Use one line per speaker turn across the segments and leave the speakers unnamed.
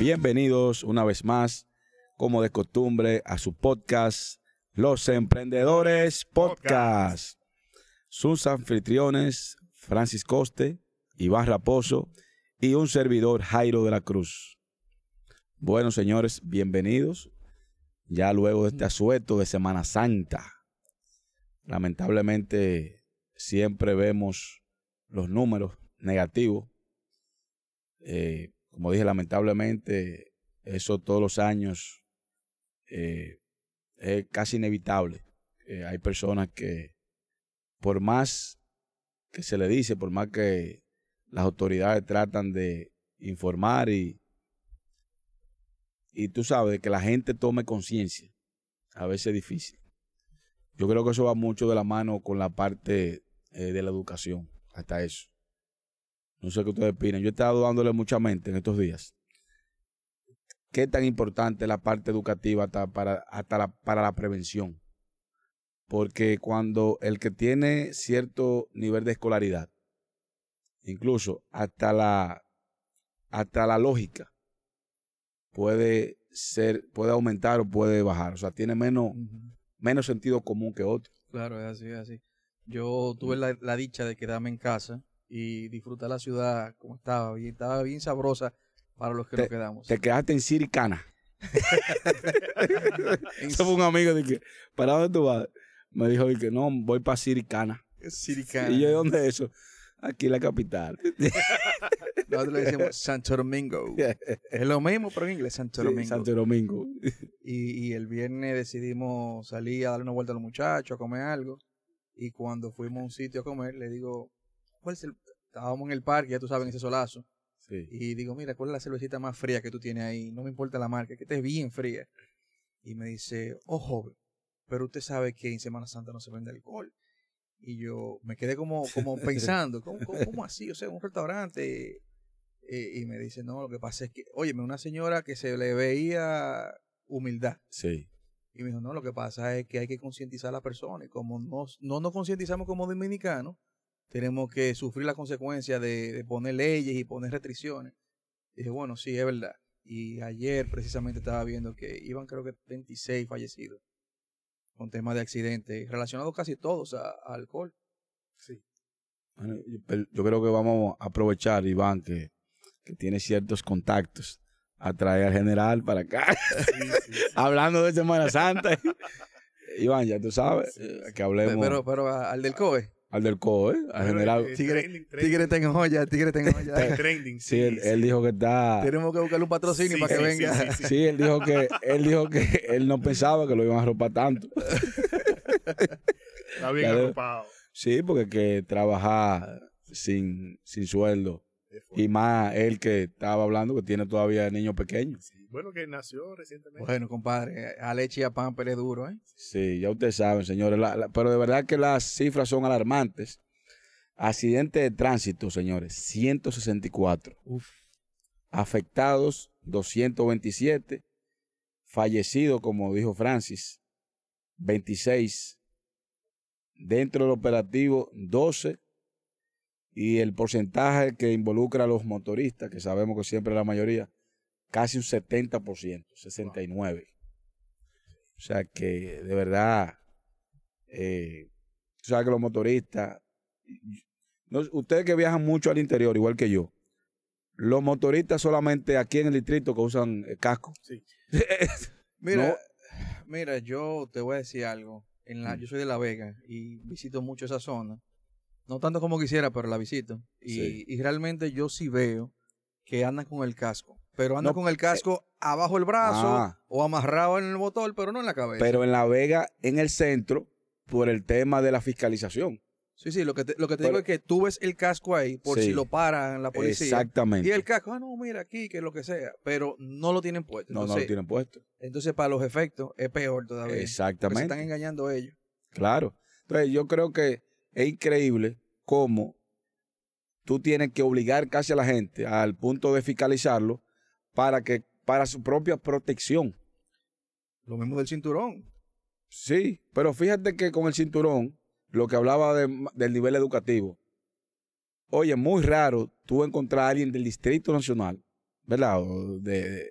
Bienvenidos una vez más, como de costumbre, a su podcast, Los Emprendedores Podcast. Sus anfitriones, Francis Coste, Iván Raposo y un servidor, Jairo de la Cruz. Bueno, señores, bienvenidos. Ya luego de este asueto de Semana Santa, lamentablemente siempre vemos los números negativos. Como dije, lamentablemente, eso todos los años es casi inevitable. Hay personas que, por más que se le dice, por más que las autoridades tratan de informar y tú sabes, de que la gente tome conciencia, a veces es difícil. Yo creo que eso va mucho de la mano con la parte de la educación, hasta eso. No sé qué ustedes opinan. Yo he estado dándole mucha mente en estos días. ¿Qué tan importante es la parte educativa para la prevención? Porque cuando el que tiene cierto nivel de escolaridad, incluso hasta la lógica, puede aumentar o puede bajar. O sea, tiene menos sentido común que otro.
Claro, es así, es así. Yo tuve la dicha de quedarme en casa y disfrutar la ciudad como estaba bien sabrosa para los que nos quedamos.
Te quedaste en Siricana. Eso fue un amigo de que, ¿para dónde tú vas? Me dijo que no, voy para Siricana.
Siricana.
Y yo, ¿dónde es eso? Aquí en la capital.
Nosotros le decimos Santo Domingo. Es lo mismo, pero en inglés, Santo Domingo.
Sí, Santo Domingo.
Y el viernes decidimos salir a darle una vuelta a los muchachos, a comer algo. Y cuando fuimos a un sitio a comer, le digo, estábamos en el parque, ya tú sabes, en ese solazo.
Sí.
Y digo, mira, ¿cuál es la cervecita más fría que tú tienes ahí? No me importa la marca, que esté bien fría. Y me dice, oh, joven, pero usted sabe que en Semana Santa no se vende alcohol. Y yo me quedé como pensando, ¿cómo así? O sea, un restaurante. Y me dice, no, lo que pasa es que, óyeme, una señora que se le veía humildad.
Sí.
Y me dijo, no, lo que pasa es que hay que concientizar a la persona. Y como no nos concientizamos como dominicanos, tenemos que sufrir la consecuencia de poner leyes y poner restricciones. Y dije, bueno, sí, es verdad. Y ayer precisamente estaba viendo que iban creo que 26 fallecidos con temas de accidentes, relacionados casi todos a alcohol. Sí.
Bueno, yo creo que vamos a aprovechar, Iván, que tiene ciertos contactos, a traer al general para acá. Sí. Hablando de Semana Santa. Iván, ya tú sabes, que hablemos.
Pero al del COE.
Al del COE, al general.
Tigre tengo joya, Tigre tengo joya.
Trending,
sí, él dijo que está.
Tenemos que buscarle un patrocinio para que venga.
Sí, él dijo que él no pensaba que lo iban a arropar tanto.
Está bien arropado.
Sí, porque que trabajar sin sueldo. Y más él que estaba hablando que tiene todavía niños pequeños.
Sí. Bueno, que nació recientemente.
Bueno, compadre, a leche y a pamper es duro, ¿eh?
Sí, ya ustedes saben, señores. Pero de verdad que las cifras son alarmantes. Accidentes de tránsito, señores, 164.
Uf.
Afectados, 227. Fallecidos, como dijo Francis, 26. Dentro del operativo, 12. Y el porcentaje que involucra a los motoristas, que sabemos que siempre es la mayoría, casi un 70%, 69%. Wow. O sea que, de verdad, tú sabes que los motoristas, ustedes que viajan mucho al interior, igual que yo, los motoristas solamente aquí en el distrito que usan casco.
Sí.
Mira, yo te voy a decir algo. Yo soy de La Vega y visito mucho esa zona. No tanto como quisiera, pero la visito. Y realmente yo sí veo que andan con el casco. Pero andan con el casco abajo del brazo o amarrado en el motor, pero no en la cabeza.
Pero en La Vega, en el centro, por el tema de la fiscalización.
Sí, lo que te digo es que tú ves el casco ahí por si lo paran la policía.
Exactamente.
Y el casco, no, mira aquí, que lo que sea. Pero no lo tienen puesto.
Entonces, no lo tienen puesto.
Entonces, para los efectos, es peor todavía.
Exactamente.
Se están engañando ellos.
Claro. Entonces, yo creo que es increíble cómo tú tienes que obligar casi a la gente al punto de fiscalizarlo para su propia protección.
Lo mismo del cinturón.
Sí, pero fíjate que con el cinturón, lo que hablaba del nivel educativo, oye, muy raro tú encontrar a alguien del Distrito Nacional, ¿verdad? O de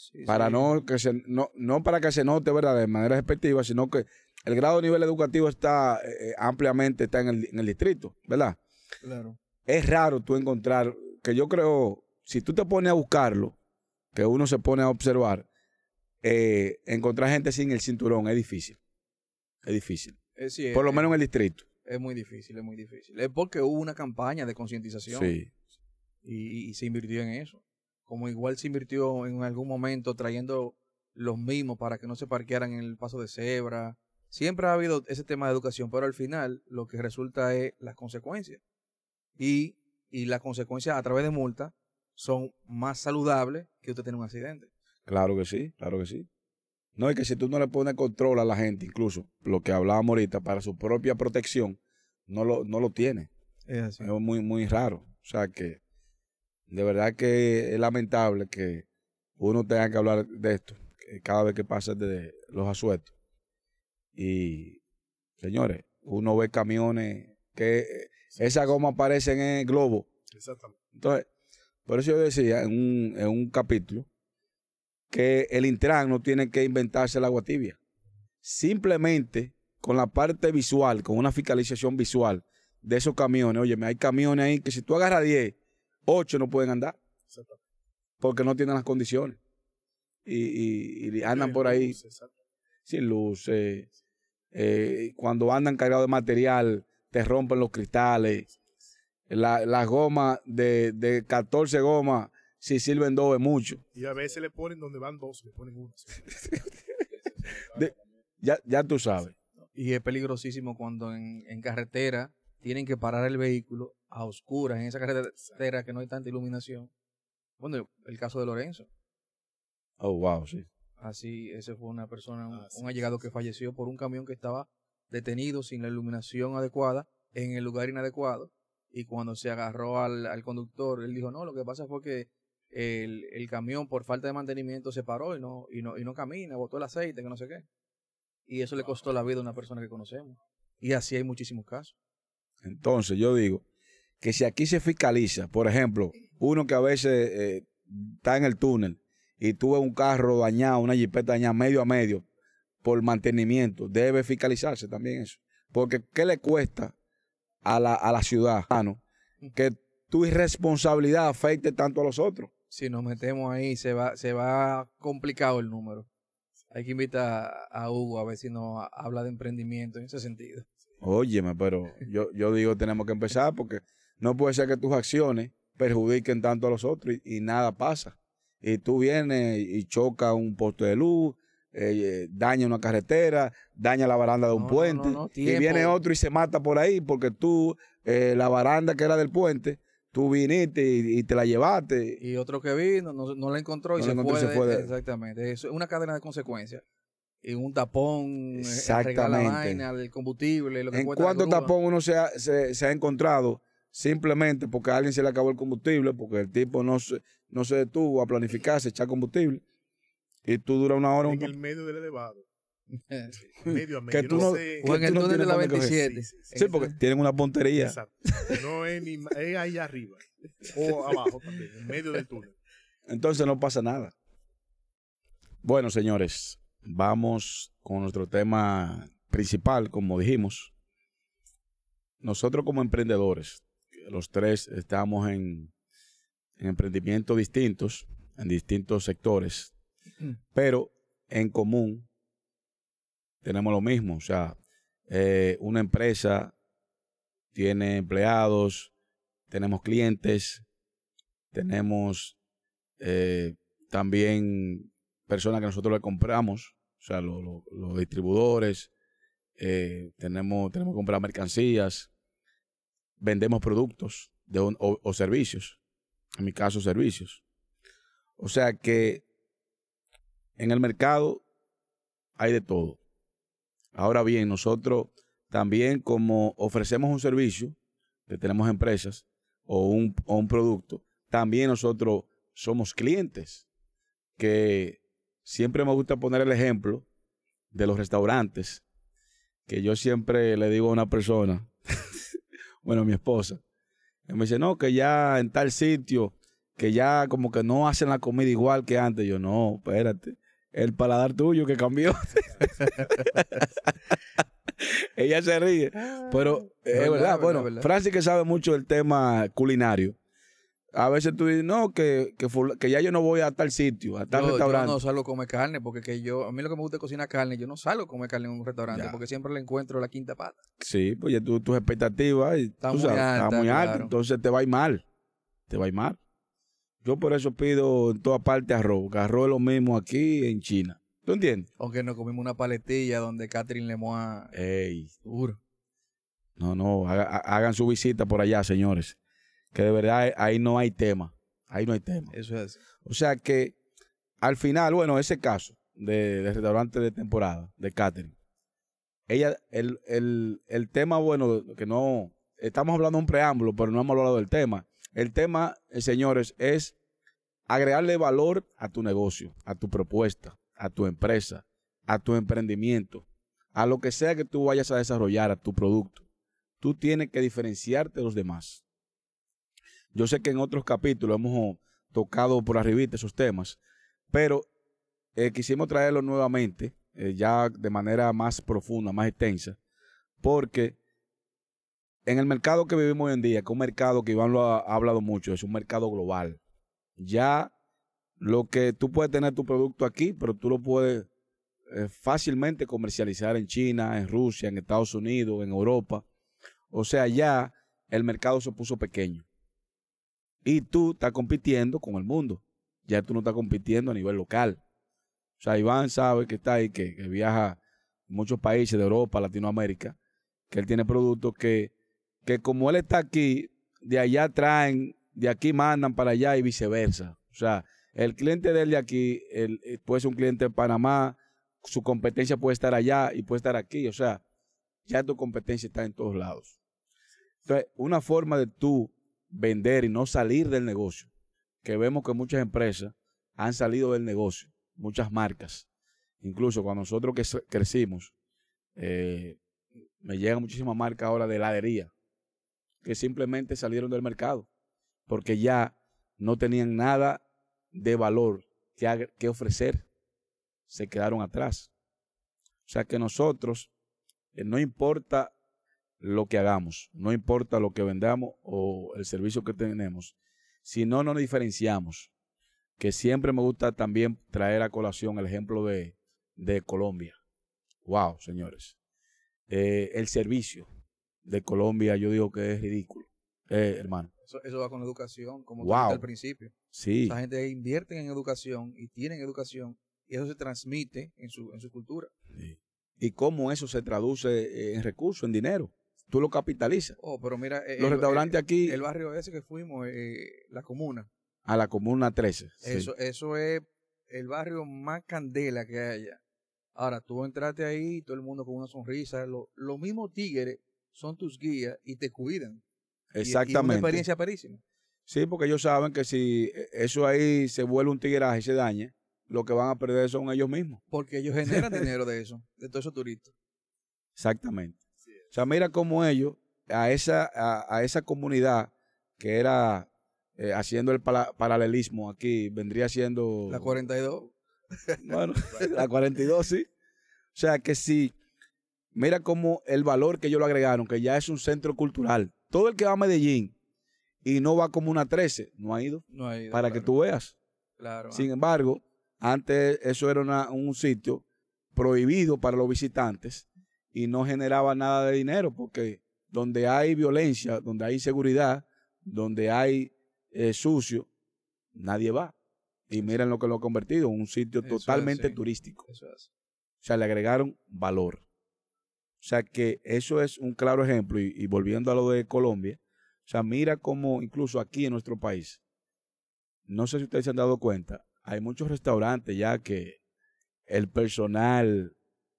Sí,
para
sí.
no para que se note, ¿verdad?, de manera respectiva, sino que el grado de nivel educativo está ampliamente está en el distrito, ¿verdad?
Claro.
Es raro tú encontrar, que yo creo, si tú te pones a buscarlo, que uno se pone a observar, encontrar gente sin el cinturón es difícil. Es difícil.
Sí,
Por lo menos en el distrito.
es muy difícil, es muy difícil. Es porque hubo una campaña de concientización
Sí.
y se invirtió en eso. Como igual se invirtió en algún momento trayendo los mismos para que no se parquearan en el paso de cebra. Siempre ha habido ese tema de educación, pero al final lo que resulta es las consecuencias. Y las consecuencias a través de multas son más saludables que usted tener un accidente.
Claro que sí, claro que sí. No, es que si tú no le pones control a la gente, incluso lo que hablábamos ahorita, para su propia protección, no lo tiene.
Es así.
Es muy, muy raro. O sea que de verdad que es lamentable que uno tenga que hablar de esto cada vez que pasa de los asuetos. Y, señores, uno ve camiones que esa goma aparece en el globo.
Exactamente.
Entonces, por eso yo decía en un capítulo que el Intran no tiene que inventarse el agua tibia. Simplemente con la parte visual, con una fiscalización visual de esos camiones. Oye, hay camiones ahí que si tú agarras 10, 8 no pueden andar
Exactamente.
porque no tienen las condiciones. Y andan por ahí sin luz. Cuando andan cargados de material, te rompen los cristales. Las gomas de 14 gomas, si sirven 2 es mucho.
Y a veces le ponen donde van 2, le ponen 1.
Ya tú sabes.
Y es peligrosísimo cuando en carretera tienen que parar el vehículo a oscuras, en esa carretera que no hay tanta iluminación. Bueno, el caso de Lorenzo.
Oh, wow, sí.
Así, ese fue una persona, un allegado que falleció por un camión que estaba detenido sin la iluminación adecuada, en el lugar inadecuado. Y cuando se agarró al conductor, él dijo, no, lo que pasa fue que el camión por falta de mantenimiento se paró y no camina, botó el aceite, que no sé qué. Y eso le costó la vida a una persona que conocemos. Y así hay muchísimos casos.
Entonces, yo digo que si aquí se fiscaliza, por ejemplo, uno que a veces está en el túnel y tuve un carro dañado, una jipeta dañada medio a medio por mantenimiento, debe fiscalizarse también eso. Porque ¿qué le cuesta a la ciudad que tu irresponsabilidad afecte tanto a los otros?
Si nos metemos ahí, se va complicado el número. Hay que invitar a Hugo a ver si nos habla de emprendimiento en ese sentido.
Óyeme, pero yo digo tenemos que empezar porque no puede ser que tus acciones perjudiquen tanto a los otros y nada pasa. Y tú vienes y chocas un poste de luz, daña una carretera, daña la baranda de un puente, y viene otro y se mata por ahí porque tú, la baranda que era del puente, tú viniste y te la llevaste.
Y otro que vino, no la encontró y se fue. Exactamente. Eso es una cadena de consecuencias. Y un tapón, arreglar la vaina, el combustible, lo que
¿En
cuesta
cuántos tapón uno se ha encontrado simplemente porque a alguien se le acabó el combustible, porque el tipo no se detuvo a planificarse, echar combustible, y tú duras una hora
en el medio del elevado? Medio a medio.
Que tú no,
o en el túnel de la 27.
Sí, porque tienen una puntería.
Exacto. No es ni es ahí arriba o abajo también, en medio del túnel.
Entonces no pasa nada. Bueno, señores, vamos con nuestro tema principal, como dijimos. Nosotros como emprendedores, los tres estamos en emprendimientos distintos, en distintos sectores, pero en común tenemos lo mismo. O sea, una empresa tiene empleados, tenemos clientes, tenemos también personas que nosotros le compramos, o sea, los distribuidores, tenemos que comprar mercancías, vendemos productos o servicios, en mi caso servicios. O sea que en el mercado hay de todo. Ahora bien, nosotros también como ofrecemos un servicio, que tenemos empresas o un producto, también nosotros somos clientes, que siempre me gusta poner el ejemplo de los restaurantes, que yo siempre le digo a una persona, bueno, a mi esposa, que me dice, no, que ya en tal sitio que ya como que no hacen la comida igual que antes. Yo, no, espérate. El paladar tuyo que cambió. Ella se ríe. Pero es verdad, bueno,
verdad.
Francis que sabe mucho del tema culinario. A veces tú dices, no, que ya yo no voy a tal sitio, a tal
Yo
restaurante.
no salgo a comer carne porque a mí lo que me gusta es cocinar carne. Yo no salgo a comer carne en un restaurante
Ya.
porque siempre le encuentro la quinta pata.
Sí, pues ya tus expectativas
Está
tú
muy
sabes,
alta,
está muy alta,
claro.
entonces te va a ir mal. Te va a ir mal. Yo por eso pido en toda parte arroz, que arroz es lo mismo aquí en China. ¿Tú entiendes?
Aunque nos comimos una paletilla donde Catherine Lemoa
Ey,
duro.
no, hagan su visita por allá, señores. Que de verdad ahí no hay tema. Ahí no hay tema.
Eso es así.
O sea que al final, bueno, ese caso de restaurante de temporada, de catering, el tema, bueno, que no, estamos hablando de un preámbulo, pero no hemos hablado del tema. El tema, señores, es agregarle valor a tu negocio, a tu propuesta, a tu empresa, a tu emprendimiento, a lo que sea que tú vayas a desarrollar, a tu producto. Tú tienes que diferenciarte de los demás. Yo sé que en otros capítulos hemos tocado por arribita esos temas, pero quisimos traerlo nuevamente, ya de manera más profunda, más extensa, porque en el mercado que vivimos hoy en día, que es un mercado que Iván lo ha hablado mucho, es un mercado global. Ya lo que tú puedes tener tu producto aquí, pero tú lo puedes fácilmente comercializar en China, en Rusia, en Estados Unidos, en Europa. O sea, ya el mercado se puso pequeño. Y tú estás compitiendo con el mundo. Ya tú no estás compitiendo a nivel local. O sea, Iván sabe que está ahí, que viaja en muchos países de Europa, Latinoamérica, que él tiene productos que como él está aquí, de allá traen, de aquí mandan para allá y viceversa. O sea, el cliente de él de aquí puede ser un cliente de Panamá, su competencia puede estar allá y puede estar aquí. O sea, ya tu competencia está en todos lados. Entonces, una forma de tú vender y no salir del negocio, que vemos que muchas empresas han salido del negocio, muchas marcas. Incluso cuando nosotros crecimos, me llegan muchísimas marcas ahora de heladería, que simplemente salieron del mercado, porque ya no tenían nada de valor que ofrecer, se quedaron atrás. O sea que nosotros, no importa lo que hagamos, no importa lo que vendamos o el servicio que tenemos, si no nos diferenciamos, que siempre me gusta también traer a colación el ejemplo de Colombia. Wow, señores. El servicio de Colombia yo digo que es ridículo, hermano.
Eso va con la educación, como tú
Wow.
dijiste al principio.
Sí.
Esa gente invierte en educación y tienen educación y eso se transmite en su cultura.
Sí. Y cómo eso se traduce en recursos, en dinero. Tú lo capitalizas.
Oh, pero mira,
Los restaurantes aquí,
el barrio ese que fuimos, la comuna,
a la Comuna 13. Sí.
eso es el barrio más candela que hay allá. Ahora, tú entraste ahí, todo el mundo con una sonrisa, los mismos tigres son tus guías y te cuidan.
Exactamente.
Y es una experiencia perísima.
Sí, porque ellos saben que si eso ahí se vuelve un tigueraje y se daña, lo que van a perder son ellos mismos.
Porque ellos generan dinero de eso, de todos esos turistas.
Exactamente. O sea, mira cómo ellos, a esa comunidad que era, haciendo el paralelismo aquí, vendría siendo...
La 42.
Bueno, la 42, sí. O sea, que si, mira cómo el valor que ellos lo agregaron, que ya es un centro cultural. Todo el que va a Medellín y no va a Comuna 13, no ha ido,
No hay,
para
claro,
que tú veas.
Claro.
Sin embargo, antes eso era un sitio prohibido para los visitantes y no generaba nada de dinero, porque donde hay violencia, donde hay inseguridad, donde hay sucio, nadie va. Y miren lo que lo ha convertido, un sitio
Eso
totalmente
es, sí.
turístico.
Eso es.
O sea, le agregaron valor. O sea, que eso es un claro ejemplo. Y volviendo a lo de Colombia, o sea, mira cómo incluso aquí en nuestro país, no sé si ustedes se han dado cuenta, hay muchos restaurantes ya que el personal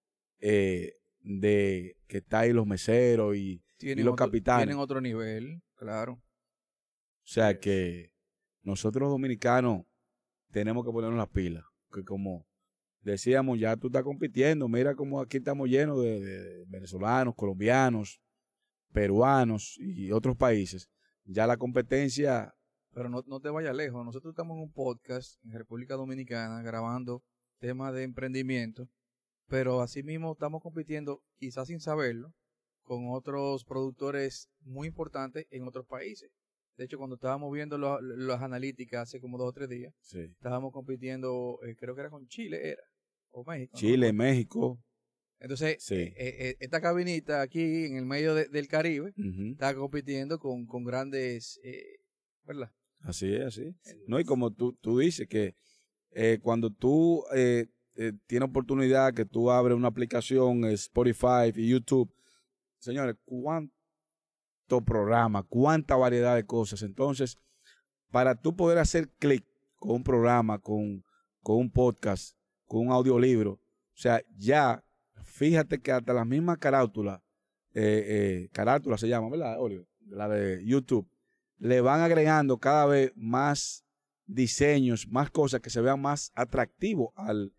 que está ahí, los meseros y los capitanes.
Tienen otro nivel, claro.
O sea, que nosotros los dominicanos tenemos que ponernos las pilas. Que como decíamos, ya tú estás compitiendo. Mira cómo aquí estamos llenos de venezolanos, colombianos, peruanos y otros países. Ya la competencia
Pero no te vayas lejos. Nosotros estamos en un podcast en República Dominicana grabando temas de emprendimiento, pero asimismo estamos compitiendo, quizás sin saberlo, con otros productores muy importantes en otros países. De hecho, cuando estábamos viendo las analíticas hace como 2 o 3 días,
Sí.
estábamos compitiendo, creo que era con Chile, o México.
Chile,
¿no?
México.
Entonces,
Sí.
esta cabinita aquí en el medio del Caribe
Ujú.
está compitiendo con grandes, ¿verdad?
Así es, así. No, y como tú dices que cuando tú tienes oportunidad que tú abres una aplicación, Spotify y YouTube, señores, cuánto programa, cuánta variedad de cosas. Entonces, para tú poder hacer clic con un programa, con un podcast, con un audiolibro, o sea, ya, fíjate que hasta las mismas carátulas, carátulas se llama, ¿verdad, Oliver? La de YouTube, le van agregando cada vez más diseños, más cosas que se vean más atractivos al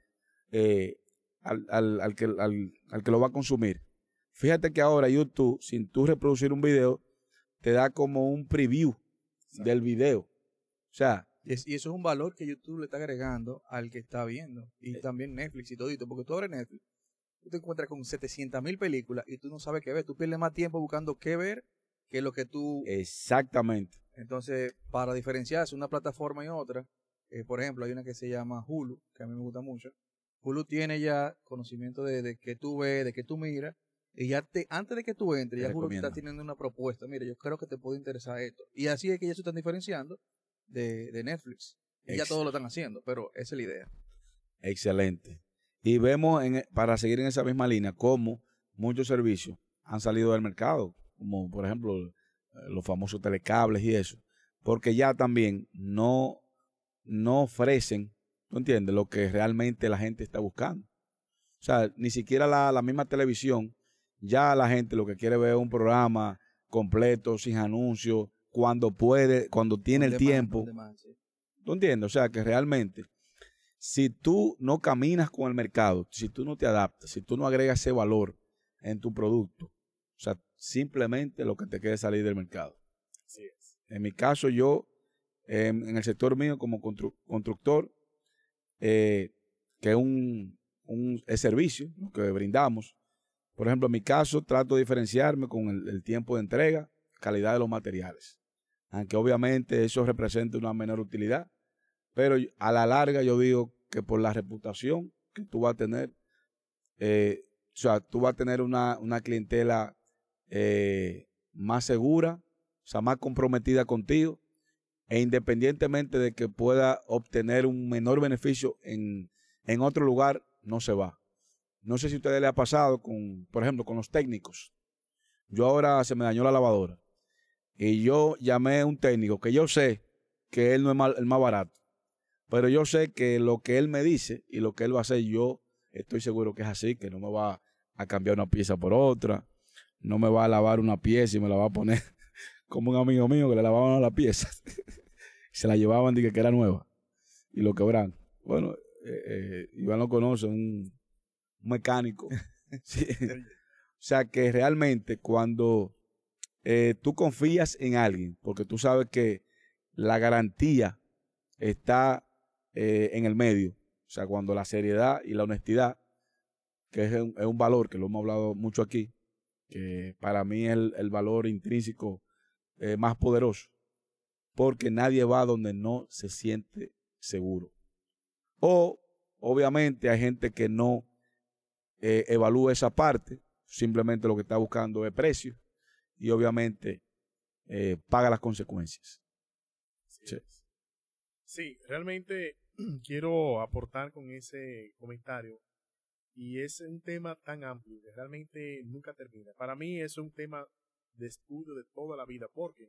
que lo va a consumir. Fíjate que ahora YouTube, sin tú reproducir un video, te da como un preview del video. O sea,
Y eso es un valor que YouTube le está agregando al que está viendo. Y también Netflix y todito. Porque tú abres Netflix, tú te encuentras con 700,000 películas y tú no sabes qué ver. Tú pierdes más tiempo buscando qué ver que lo que tú...
exactamente.
Entonces, para diferenciarse una plataforma y otra, por ejemplo, hay una que se llama Hulu, que a mí me gusta mucho. Hulu tiene ya conocimiento de qué tú ves, de qué tú miras. Y ya antes de que tú entres,
Te
ya Hulu te está
recomienda.
teniendo una propuesta. Mira, yo creo que te puede interesar esto. Y así es que ellos se están diferenciando de Netflix. Y ya todos lo están haciendo, pero esa es la idea.
Excelente. Y vemos, para seguir en esa misma línea, cómo muchos servicios han salido del mercado, como por ejemplo los famosos telecables y eso, porque ya también no ofrecen, ¿tú entiendes?, lo que realmente la gente está buscando. O sea, ni siquiera la misma televisión, ya la gente lo que quiere ver es un programa completo, sin anuncios, cuando puede, cuando tiene el tiempo.
Sí.
¿Tú entiendes? O sea, que realmente, si tú no caminas con el mercado, si tú no te adaptas, si tú no agregas ese valor en tu producto, o sea, simplemente lo que te quede es salir del mercado.
Así es.
En mi caso, yo, en el sector mío como constructor, que es un servicio que brindamos. Por ejemplo, en mi caso, trato de diferenciarme con el tiempo de entrega, calidad de los materiales. Aunque obviamente eso representa una menor utilidad, pero a la larga yo digo que por la reputación que tú vas a tener, o sea, tú vas a tener una clientela más segura, o sea, más comprometida contigo, e independientemente de que pueda obtener un menor beneficio en otro lugar, no se va. No sé si a ustedes les ha pasado, por ejemplo, con los técnicos. Yo ahora se me dañó la lavadora y yo llamé a un técnico que yo sé que él no es el más barato, pero yo sé que lo que él me dice y lo que él va a hacer, yo estoy seguro que es así, que no me va a cambiar una pieza por otra, no me va a lavar una pieza y me la va a poner como un amigo mío que le lavaban la pieza. Se la llevaban, dije que era nueva y lo quebran. Bueno, Iván lo conoce, un mecánico. Sí. O sea que realmente cuando tú confías en alguien, porque tú sabes que la garantía está en el medio, o sea, cuando la seriedad y la honestidad, que es un valor que lo hemos hablado mucho aquí, que para mí es el valor intrínseco más poderoso, porque nadie va donde no se siente seguro. O, obviamente, hay gente que no evalúa esa parte, simplemente lo que está buscando es precio y obviamente paga las consecuencias. Sí.
Sí, realmente quiero aportar con ese comentario y es un tema tan amplio que realmente nunca termina. Para mí es un tema de estudio de toda la vida porque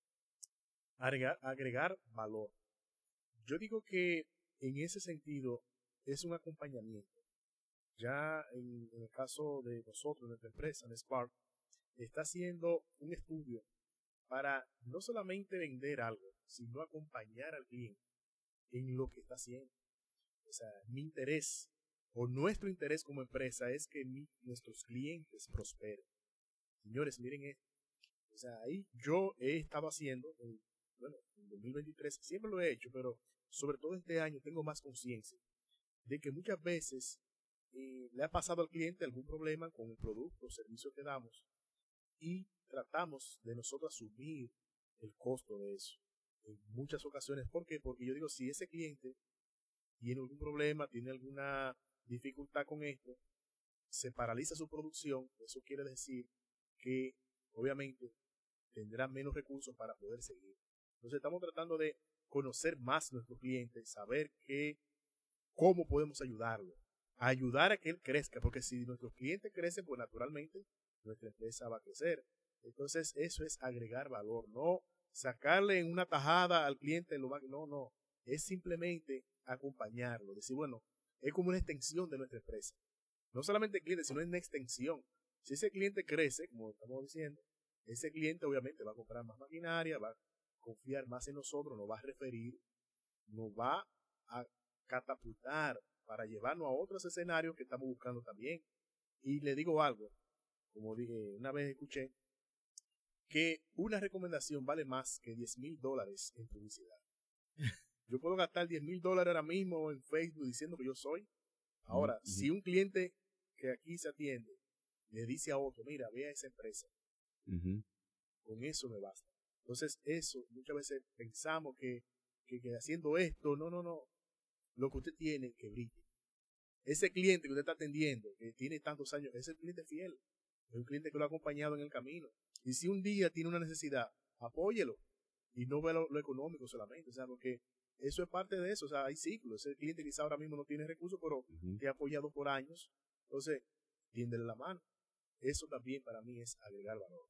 agregar valor. Yo digo que en ese sentido es un acompañamiento. Ya en el caso de nosotros, de nuestra empresa, en Spark, está haciendo un estudio para no solamente vender algo, sino acompañar al cliente en lo que está haciendo. O sea, mi interés o nuestro interés como empresa es que nuestros clientes prosperen. Señores, miren esto. O sea, ahí yo he estado haciendo bueno, en 2023 siempre lo he hecho, pero sobre todo este año tengo más conciencia de que muchas veces le ha pasado al cliente algún problema con el producto o servicio que damos y tratamos de nosotros asumir el costo de eso. En muchas ocasiones, ¿por qué? Porque yo digo, si ese cliente tiene algún problema, tiene alguna dificultad con esto, se paraliza su producción, eso quiere decir que obviamente tendrá menos recursos para poder seguir. Entonces estamos tratando de conocer más a nuestro cliente, saber cómo podemos ayudarlo, ayudar a que él crezca, porque si nuestros clientes crecen, pues naturalmente nuestra empresa va a crecer. Entonces eso es agregar valor, no sacarle en una tajada al cliente, no, es simplemente acompañarlo, decir, bueno, es como una extensión de nuestra empresa. No solamente el cliente, sino una extensión. Si ese cliente crece, como estamos diciendo, ese cliente obviamente va a comprar más maquinaria, va a confiar más en nosotros, nos va a referir, nos va a catapultar para llevarnos a otros escenarios que estamos buscando también. Y le digo algo, como dije, una vez escuché, que una recomendación vale más que $10,000 en publicidad. Yo puedo gastar $10,000 ahora mismo en Facebook diciendo que yo soy. Ahora, si un cliente que aquí se atiende le dice a otro, mira, ve a esa empresa, con eso me basta. Entonces, eso, muchas veces pensamos que haciendo esto, no. Lo que usted tiene que brille. Ese cliente que usted está atendiendo, que tiene tantos años, es el cliente fiel. Es un cliente que lo ha acompañado en el camino. Y si un día tiene una necesidad, apóyelo. Y no ve lo económico solamente. O sea, porque eso es parte de eso. O sea, hay ciclos. Ese cliente quizá ahora mismo no tiene recursos, pero te ha apoyado por años. Entonces, tiéndele la mano. Eso también para mí es agregar valor.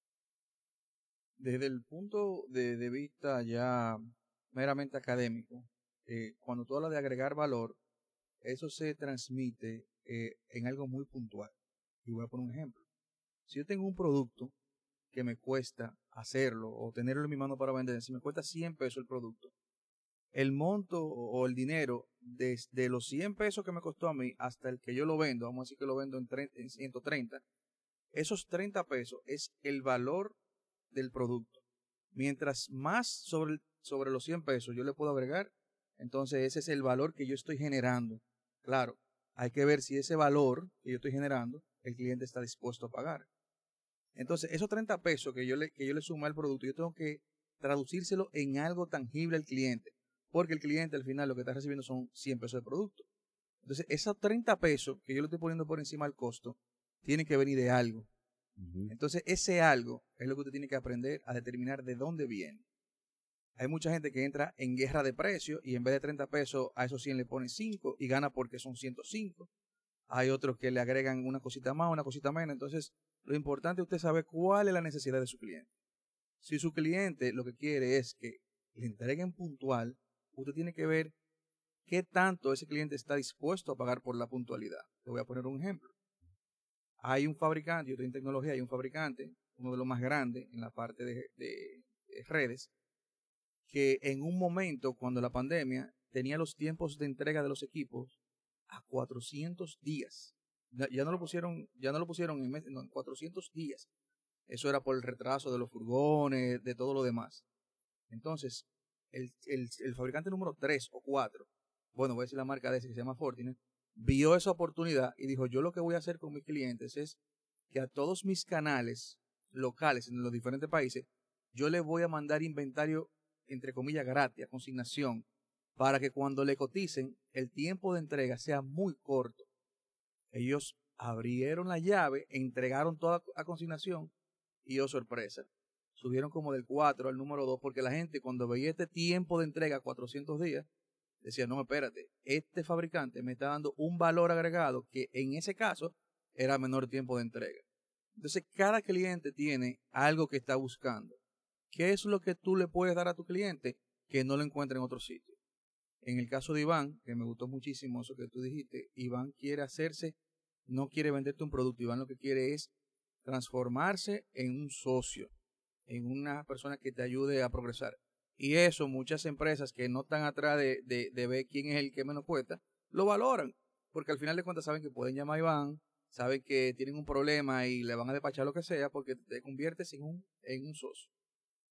Desde el punto de vista ya meramente académico, cuando tú hablas de agregar valor, eso se transmite en algo muy puntual. Y voy a poner un ejemplo. Si yo tengo un producto que me cuesta hacerlo o tenerlo en mi mano para vender, si me cuesta 100 pesos el producto, el monto o el dinero desde los 100 pesos que me costó a mí hasta el que yo lo vendo, vamos a decir que lo vendo en 130, esos 30 pesos es el valor del producto. Mientras más sobre los 100 pesos yo le puedo agregar, entonces ese es el valor que yo estoy generando. Claro, hay que ver si ese valor que yo estoy generando, el cliente está dispuesto a pagar. Entonces, esos 30 pesos que yo le sumo al producto, yo tengo que traducírselo en algo tangible al cliente. Porque el cliente al final lo que está recibiendo son 100 pesos de producto. Entonces, esos 30 pesos que yo le estoy poniendo por encima del costo, tienen que venir de algo. Entonces, ese algo es lo que usted tiene que aprender a determinar de dónde viene. Hay mucha gente que entra en guerra de precios y en vez de 30 pesos a esos 100 le ponen 5 y gana porque son 105. Hay otros que le agregan una cosita más, una cosita menos. Entonces, lo importante es usted saber cuál es la necesidad de su cliente. Si su cliente lo que quiere es que le entreguen puntual, usted tiene que ver qué tanto ese cliente está dispuesto a pagar por la puntualidad. Le voy a poner un ejemplo. Hay un fabricante, yo estoy en tecnología, hay un fabricante, uno de los más grandes en la parte de redes, que en un momento, cuando la pandemia, tenía los tiempos de entrega de los equipos a 400 días. Ya no lo pusieron en meses, no, en 400 días. Eso era por el retraso de los furgones, de todo lo demás. Entonces, el fabricante número 3 o 4, bueno, voy a decir la marca de ese que se llama Fortinet, vio esa oportunidad y dijo, yo lo que voy a hacer con mis clientes es que a todos mis canales locales en los diferentes países, yo les voy a mandar inventario, entre comillas, gratis, a consignación, para que cuando le coticen, el tiempo de entrega sea muy corto. Ellos abrieron la llave, entregaron toda a consignación y, oh sorpresa, subieron como del 4 al número 2 porque la gente cuando veía este tiempo de entrega, 400 días, decía, no, espérate, este fabricante me está dando un valor agregado que en ese caso era menor tiempo de entrega. Entonces, cada cliente tiene algo que está buscando. ¿Qué es lo que tú le puedes dar a tu cliente que no lo encuentre en otro sitio? En el caso de Iván, que me gustó muchísimo eso que tú dijiste, Iván quiere hacerse, no quiere venderte un producto, Iván lo que quiere es transformarse en un socio, en una persona que te ayude a progresar. Y eso muchas empresas que no están atrás de ver quién es el que menos cuesta, lo valoran, porque al final de cuentas saben que pueden llamar a Iván, saben que tienen un problema y le van a despachar lo que sea porque te conviertes en un socio.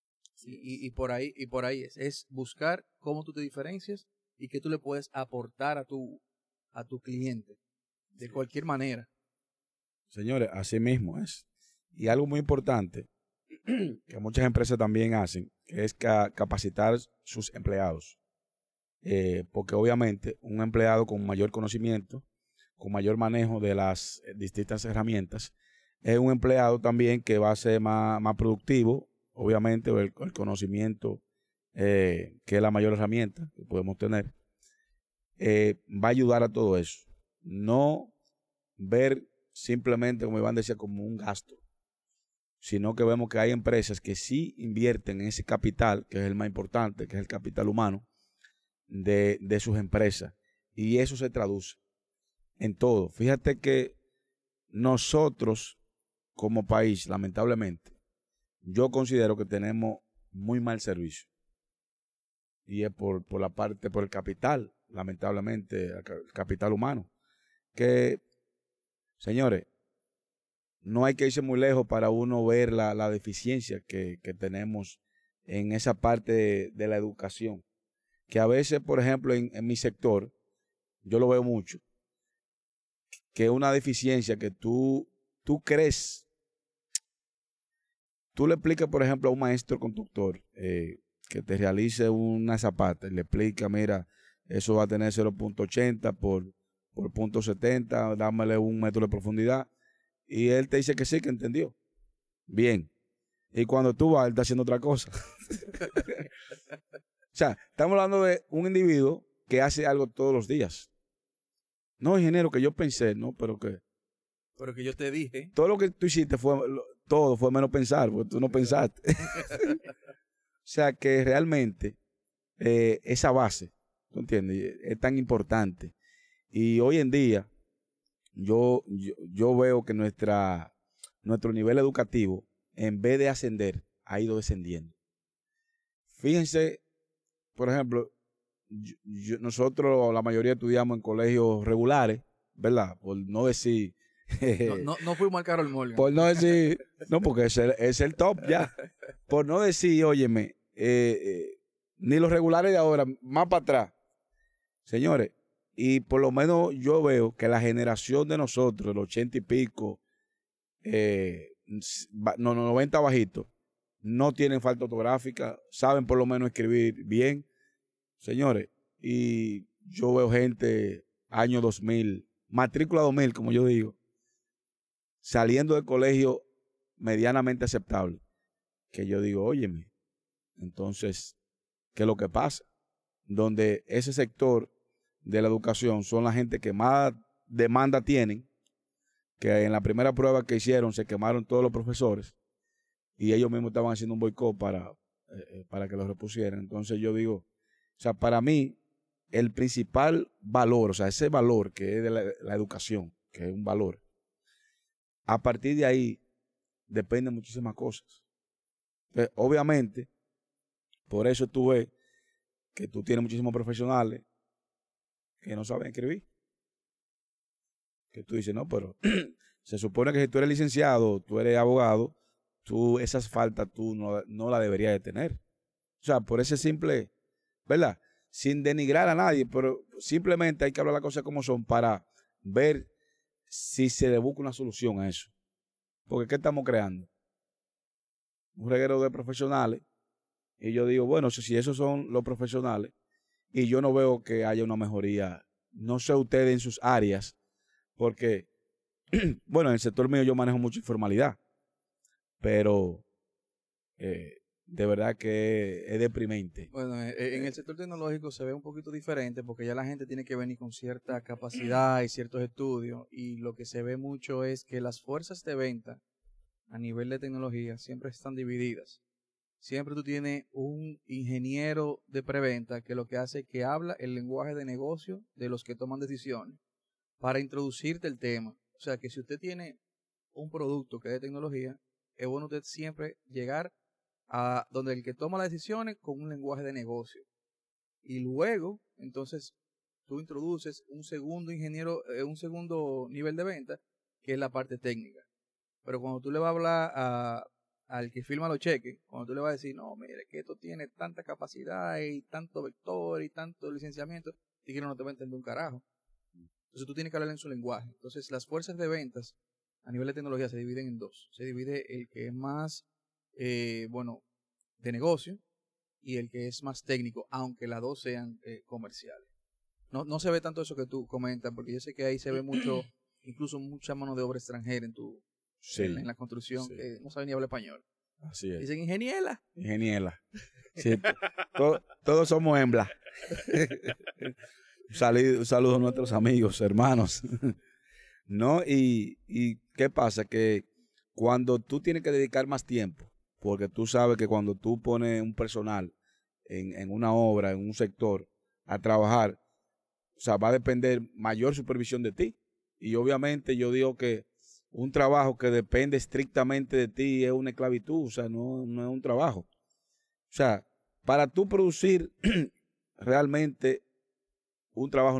Y por ahí es buscar cómo tú te diferencias y qué tú le puedes aportar a tu cliente de cualquier manera.
Señores, así mismo es. Y algo muy importante que muchas empresas también hacen, que es capacitar sus empleados. Porque obviamente un empleado con mayor conocimiento, con mayor manejo de las distintas herramientas, es un empleado también que va a ser más productivo, obviamente el conocimiento, que es la mayor herramienta que podemos tener, va a ayudar a todo eso. No ver simplemente, como Iván decía, como un gasto, sino que vemos que hay empresas que sí invierten en ese capital, que es el más importante, que es el capital humano de sus empresas. Y eso se traduce en todo. Fíjate que nosotros, como país, lamentablemente, yo considero que tenemos muy mal servicio. Y es por el capital, lamentablemente, el capital humano. Que, señores, no hay que irse muy lejos para uno ver la deficiencia que tenemos en esa parte de la educación. Que a veces, por ejemplo, en mi sector, yo lo veo mucho, que es una deficiencia que tú crees, tú le explicas, por ejemplo, a un maestro conductor que te realice una zapata y le explica, mira, eso va a tener 0.80 por 0.70, dámele 1 metro de profundidad. Y él te dice que sí, que entendió. Bien. Y cuando tú vas, él está haciendo otra cosa. O sea, estamos hablando de un individuo que hace algo todos los días. No, ingeniero, que yo pensé, no, pero que
que yo te dije.
todo lo que tú hiciste todo fue menos pensar, porque tú no pensaste. O sea, que realmente esa base, ¿tú entiendes? Es tan importante. Y hoy en día, yo veo que nuestro nivel educativo, en vez de ascender, ha ido descendiendo. Fíjense, por ejemplo, nosotros la mayoría estudiamos en colegios regulares, ¿verdad? Por no decir...
No fuimos al Carol Morgan.
Por no decir... No, porque es el top ya. Por no decir, óyeme, ni los regulares de ahora, más para atrás. Señores, y por lo menos yo veo que la generación de nosotros, los 80 y pico, 90 bajitos, no tienen falta ortográfica, saben por lo menos escribir bien. Señores, y yo veo gente, año 2000, matrícula 2000, como yo digo, saliendo del colegio medianamente aceptable, que yo digo, óyeme, entonces, ¿qué es lo que pasa? Donde ese sector de la educación son la gente que más demanda tienen, que en la primera prueba que hicieron se quemaron todos los profesores y ellos mismos estaban haciendo un boicot para que los repusieran. Entonces yo digo, o sea, para mí el principal valor, o sea, ese valor que es de la educación, que es un valor, a partir de ahí dependen muchísimas cosas. Entonces, obviamente, por eso tú ves que tú tienes muchísimos profesionales que no saben escribir. Que tú dices, no, pero se supone que si tú eres licenciado, tú eres abogado, tú esas faltas tú no la deberías de tener. O sea, por ese simple, ¿verdad? Sin denigrar a nadie, pero simplemente hay que hablar las cosas como son para ver si se le busca una solución a eso. Porque ¿qué estamos creando? Un reguero de profesionales. Y yo digo, bueno, si esos son los profesionales, y yo no veo que haya una mejoría, no sé ustedes en sus áreas, porque, bueno, en el sector mío yo manejo mucha informalidad, pero de verdad que es deprimente.
Bueno, en el sector tecnológico se ve un poquito diferente porque ya la gente tiene que venir con cierta capacidad y ciertos estudios, y lo que se ve mucho es que las fuerzas de venta a nivel de tecnología siempre están divididas. Siempre tú tienes un ingeniero de preventa que lo que hace es que habla el lenguaje de negocio de los que toman decisiones para introducirte el tema. O sea que si usted tiene un producto que es de tecnología, es bueno usted siempre llegar a donde el que toma las decisiones con un lenguaje de negocio. Y luego, entonces, tú introduces un segundo ingeniero, un segundo nivel de venta, que es la parte técnica. Pero cuando tú le vas a hablar al que firma los cheques, cuando tú le vas a decir, no, mire, que esto tiene tanta capacidad y tanto vector y tanto licenciamiento, y que no te va a entender un carajo. Entonces tú tienes que hablar en su lenguaje. Entonces las fuerzas de ventas a nivel de tecnología se dividen en dos. Se divide el que es más, bueno, de negocio y el que es más técnico, aunque las dos sean comerciales. No se ve tanto eso que tú comentas, porque yo sé que ahí se ve mucho, incluso mucha mano de obra extranjera en la construcción, que no sabe ni hablar español.
Así es.
Dicen ingeniela.
Ingeniela. Sí, todos somos hembras. Un saludo a nuestros amigos, hermanos. ¿No? Y ¿qué pasa? Que cuando tú tienes que dedicar más tiempo, porque tú sabes que cuando tú pones un personal en una obra, en un sector, a trabajar, o sea, va a depender mayor supervisión de ti. Y obviamente yo digo que un trabajo que depende estrictamente de ti es una esclavitud, o sea, no es un trabajo. O sea, para tú producir realmente un trabajo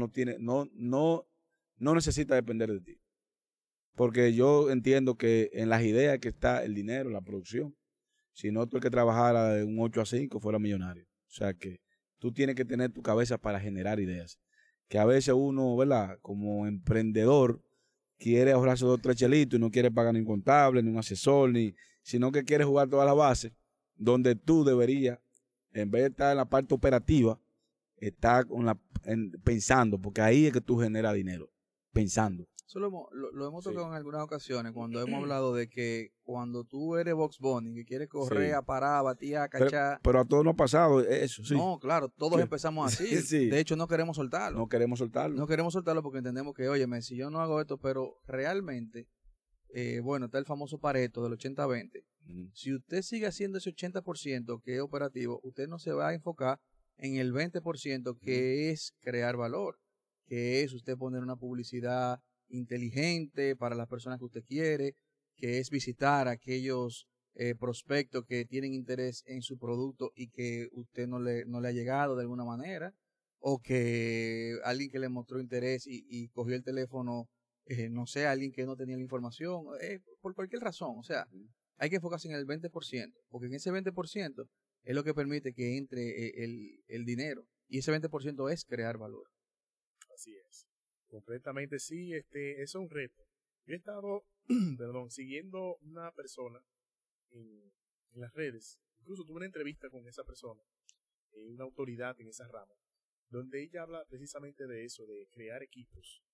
no necesita depender de ti. Porque yo entiendo que en las ideas que está el dinero, la producción. Si no, tú el que trabajara de un 8 a 5 fuera millonario. O sea que tú tienes que tener tu cabeza para generar ideas. Que a veces uno, ¿verdad? Como emprendedor, quiere ahorrarse 2 o 3 chelitos y no quiere pagar ni un contable, ni un asesor, sino que quiere jugar toda la base, donde tú deberías, en vez de estar en la parte operativa, estar pensando, porque ahí es que tú generas dinero, pensando.
Eso lo hemos tocado en algunas ocasiones, cuando hemos hablado de que cuando tú eres Box Bunny, que quieres correr, a parar, a batir, a cachar.
Pero a todos nos ha pasado eso, sí.
No, claro, todos empezamos así.
Sí.
De hecho, no queremos soltarlo.
No queremos soltarlo.
No queremos soltarlo porque entendemos que, óyeme, si yo no hago esto, pero realmente, bueno, está el famoso Pareto del 80-20. Si usted sigue haciendo ese 80% que es operativo, usted no se va a enfocar en el 20% que es crear valor, que es usted poner una publicidad inteligente para las personas que usted quiere, que es visitar a aquellos prospectos que tienen interés en su producto y que usted no le ha llegado de alguna manera, o que alguien que le mostró interés y cogió el teléfono, no sé, alguien que no tenía la información, por cualquier razón. O sea, hay que enfocarse en el 20%, porque en ese 20% es lo que permite que entre el dinero, y ese 20% es crear valor.
Así es. Completamente sí, eso es un reto. Yo he estado, siguiendo una persona en las redes, incluso tuve una entrevista con esa persona, una autoridad en esa rama, donde ella habla precisamente de eso, de crear equipos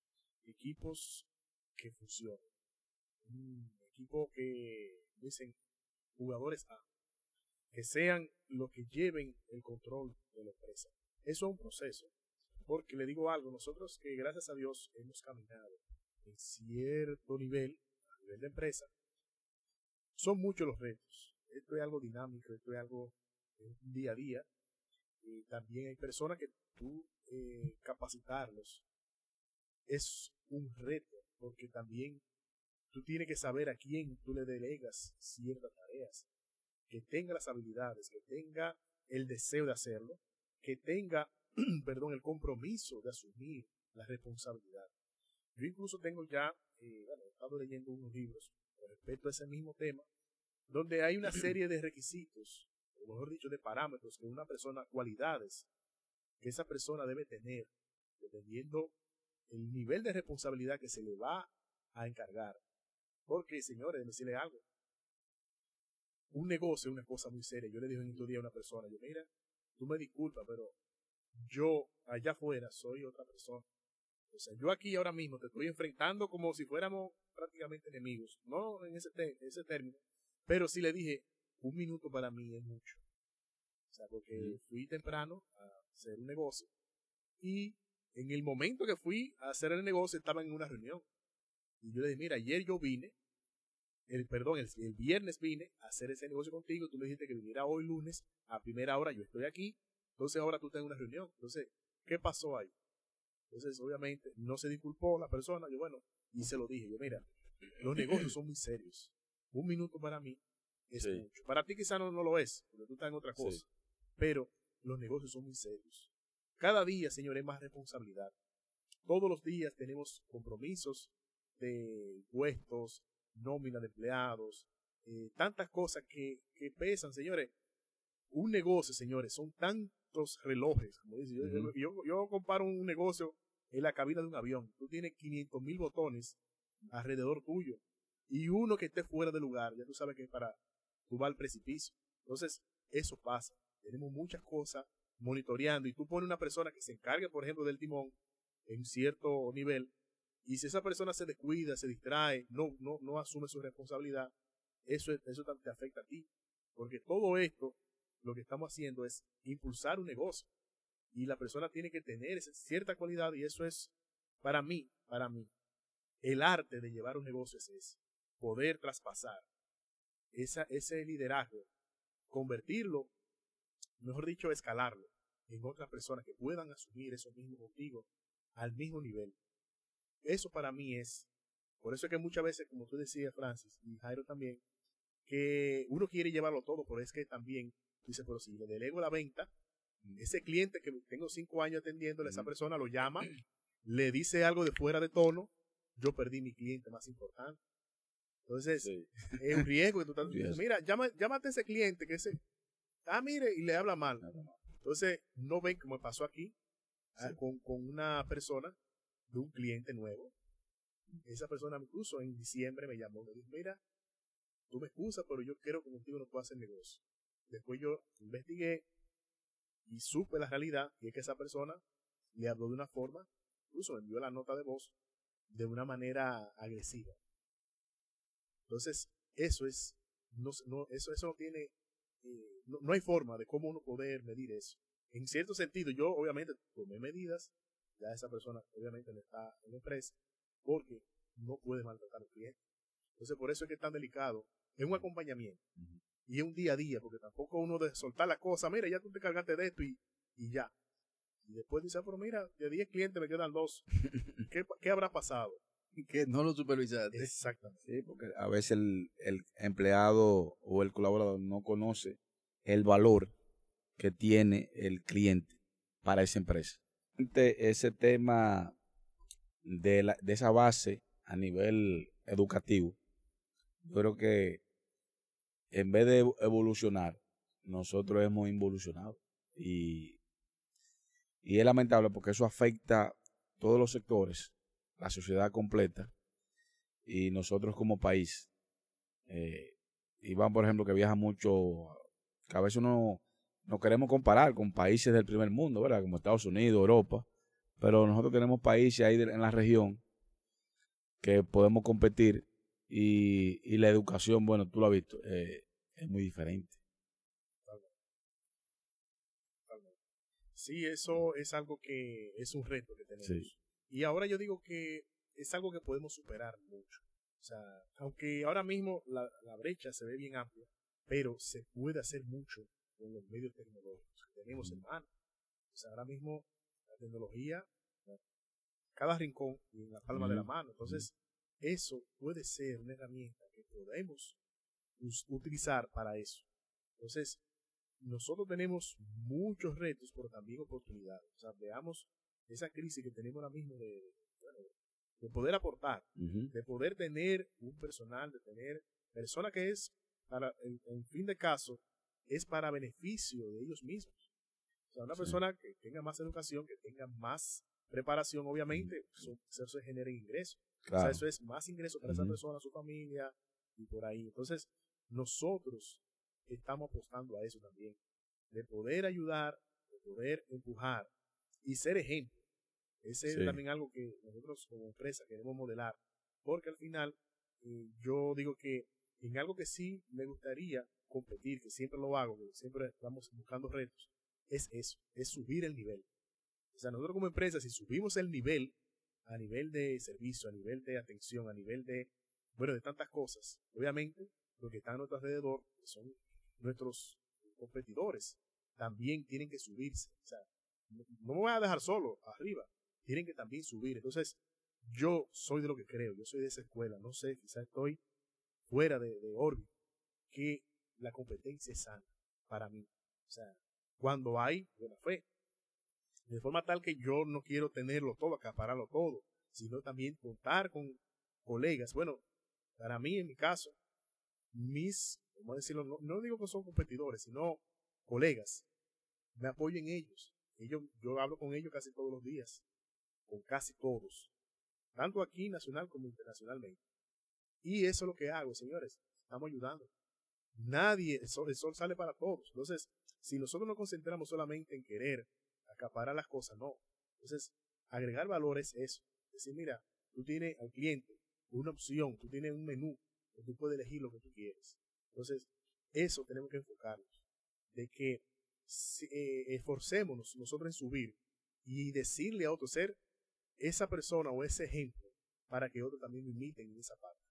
que funcionen. Un equipo que dicen jugadores A, que sean los que lleven el control de la empresa. Eso es un proceso. Porque le digo algo, nosotros que gracias a Dios hemos caminado en cierto nivel, a nivel de empresa, son muchos los retos. Esto es algo dinámico, esto es algo día a día. Y también hay personas que tú capacitarlos es un reto, porque también tú tienes que saber a quién tú le delegas ciertas tareas, que tenga las habilidades, que tenga el deseo de hacerlo, que tenga el compromiso de asumir la responsabilidad. Yo incluso tengo ya, he estado leyendo unos libros respecto a ese mismo tema, donde hay una serie de requisitos, o mejor dicho, de parámetros que una persona, cualidades que esa persona debe tener, dependiendo el nivel de responsabilidad que se le va a encargar. Porque, señores, déjenme decirle algo. Un negocio es una cosa muy seria. Yo le dije en estos días a una persona, mira, tú me disculpas, pero yo allá afuera soy otra persona. O sea, yo aquí ahora mismo te estoy enfrentando como si fuéramos prácticamente enemigos. No en ese término. Pero sí le dije, 1 minuto para mí es mucho. O sea, porque fui temprano a hacer un negocio. Y en el momento que fui a hacer el negocio estaba en una reunión. Y yo le dije, mira, ayer yo vine, el viernes vine a hacer ese negocio contigo. Tú me dijiste que viniera hoy lunes a primera hora. Yo estoy aquí. Entonces ahora tú estás en una reunión. Entonces, ¿qué pasó ahí? Entonces, obviamente, no se disculpó la persona. Yo, y se lo dije. Yo, mira, los negocios son muy serios. 1 minuto para mí es mucho. Para ti quizá no lo es, porque tú estás en otra cosa. Sí. Pero los negocios son muy serios. Cada día, señores, es más responsabilidad. Todos los días tenemos compromisos de impuestos, nómina de empleados, tantas cosas que pesan, señores. Un negocio, señores, son tantos relojes. Como dice, yo comparo un negocio en la cabina de un avión. Tú tienes 500,000 botones alrededor tuyo y uno que esté fuera de lugar, ya tú sabes que es para tú vas al precipicio. Entonces, eso pasa. Tenemos muchas cosas monitoreando y tú pones una persona que se encargue, por ejemplo, del timón en cierto nivel y si esa persona se descuida, se distrae, no asume su responsabilidad, eso te afecta a ti. Porque todo esto, lo que estamos haciendo es impulsar un negocio y la persona tiene que tener cierta cualidad y eso es, para mí, el arte de llevar un negocio es ese, poder traspasar ese liderazgo, convertirlo, mejor dicho, escalarlo en otras personas que puedan asumir eso mismo contigo al mismo nivel. Eso para mí es, por eso es que muchas veces, como tú decías, Francis, y Jairo también, que uno quiere llevarlo todo, pero es que también, dice, pero si le delego la venta, ese cliente que tengo 5 años atendiéndole, esa persona lo llama, le dice algo de fuera de tono, yo perdí mi cliente más importante. Entonces, es un riesgo que tú estás diciendo, mira, llámate a ese cliente que mire, y le habla mal. Entonces, no ven como pasó aquí con una persona de un cliente nuevo. Esa persona incluso en diciembre me llamó, me dijo, mira, tú me excusas, pero yo quiero que contigo no puedo hacer negocio. Después yo investigué y supe la realidad, y es que esa persona le habló de una forma, incluso me envió la nota de voz de una manera agresiva. Entonces, eso no tiene, no hay forma de cómo uno poder medir eso. En cierto sentido, yo obviamente tomé medidas, ya esa persona obviamente no está en la empresa, porque no puede maltratar al cliente. Entonces, por eso es que es tan delicado. Es un acompañamiento. Y es un día a día, porque tampoco uno de soltar la cosa, mira, ya tú te cargaste de esto y ya. Y después dice, pero mira, de 10 clientes me quedan 2. ¿Qué habrá pasado?
Que no lo supervisaste.
Exactamente.
Sí, porque a veces el empleado o el colaborador no conoce el valor que tiene el cliente para esa empresa. Ese tema de esa base a nivel educativo, yo creo que en vez de evolucionar, nosotros hemos involucionado. Y es lamentable porque eso afecta todos los sectores, la sociedad completa y nosotros como país. Iván, por ejemplo, que viaja mucho, que a veces uno nos queremos comparar con países del primer mundo, ¿verdad? Como Estados Unidos, Europa, pero nosotros tenemos países ahí en la región que podemos competir y la educación, bueno, tú lo has visto, es muy diferente.
Sí, eso es algo que es un reto que tenemos.
Sí.
Y ahora yo digo que es algo que podemos superar mucho. O sea, aunque ahora mismo la brecha se ve bien amplia, pero se puede hacer mucho con los medios tecnológicos que tenemos en mano. O sea, ahora mismo la tecnología, cada rincón y en la palma de la mano. Entonces, eso puede ser una herramienta que podemos utilizar para eso. Entonces, nosotros tenemos muchos retos, pero también oportunidades. O sea, veamos esa crisis que tenemos ahora mismo de poder aportar, de poder tener un personal, de tener persona que es, para en fin de caso, es para beneficio de ellos mismos. O sea, una persona que tenga más educación, que tenga más preparación, obviamente, eso se genera ingresos. Claro. O sea, eso es más ingresos para esa persona, su familia y por ahí. Entonces, nosotros estamos apostando a eso también, de poder ayudar, de poder empujar y ser ejemplo. Ese es también algo que nosotros como empresa queremos modelar, porque al final yo digo que en algo que sí me gustaría competir, que siempre lo hago, que siempre estamos buscando retos, es eso, es subir el nivel. O sea, nosotros como empresa, si subimos el nivel, a nivel de servicio, a nivel de atención, a nivel de tantas cosas, obviamente, los que están a nuestro alrededor, que son nuestros competidores, también tienen que subirse. O sea, no me voy a dejar solo arriba, tienen que también subir. Entonces, yo soy de lo que creo, yo soy de esa escuela, no sé, quizás estoy fuera de órbita, que la competencia es sana para mí. O sea, cuando hay buena fe, de forma tal que yo no quiero tenerlo todo, acapararlo todo, sino también contar con colegas. Bueno, para mí, en mi caso, vamos a decirlo, no digo que son competidores, sino colegas, me apoyo en ellos. Yo hablo con ellos casi todos los días, con casi todos, tanto aquí nacional como internacionalmente. Y eso es lo que hago, señores, estamos ayudando. El sol sale para todos. Entonces, si nosotros nos concentramos solamente en querer acaparar las cosas, no. Entonces, agregar valor es eso. Decir, mira, tú tienes al cliente una opción, tú tienes un menú, que tú puedes elegir lo que tú quieres. Entonces, eso tenemos que enfocarnos, de que esforcémonos nosotros en subir y decirle a otro, ser esa persona o ese ejemplo para que otros también lo imiten en esa parte.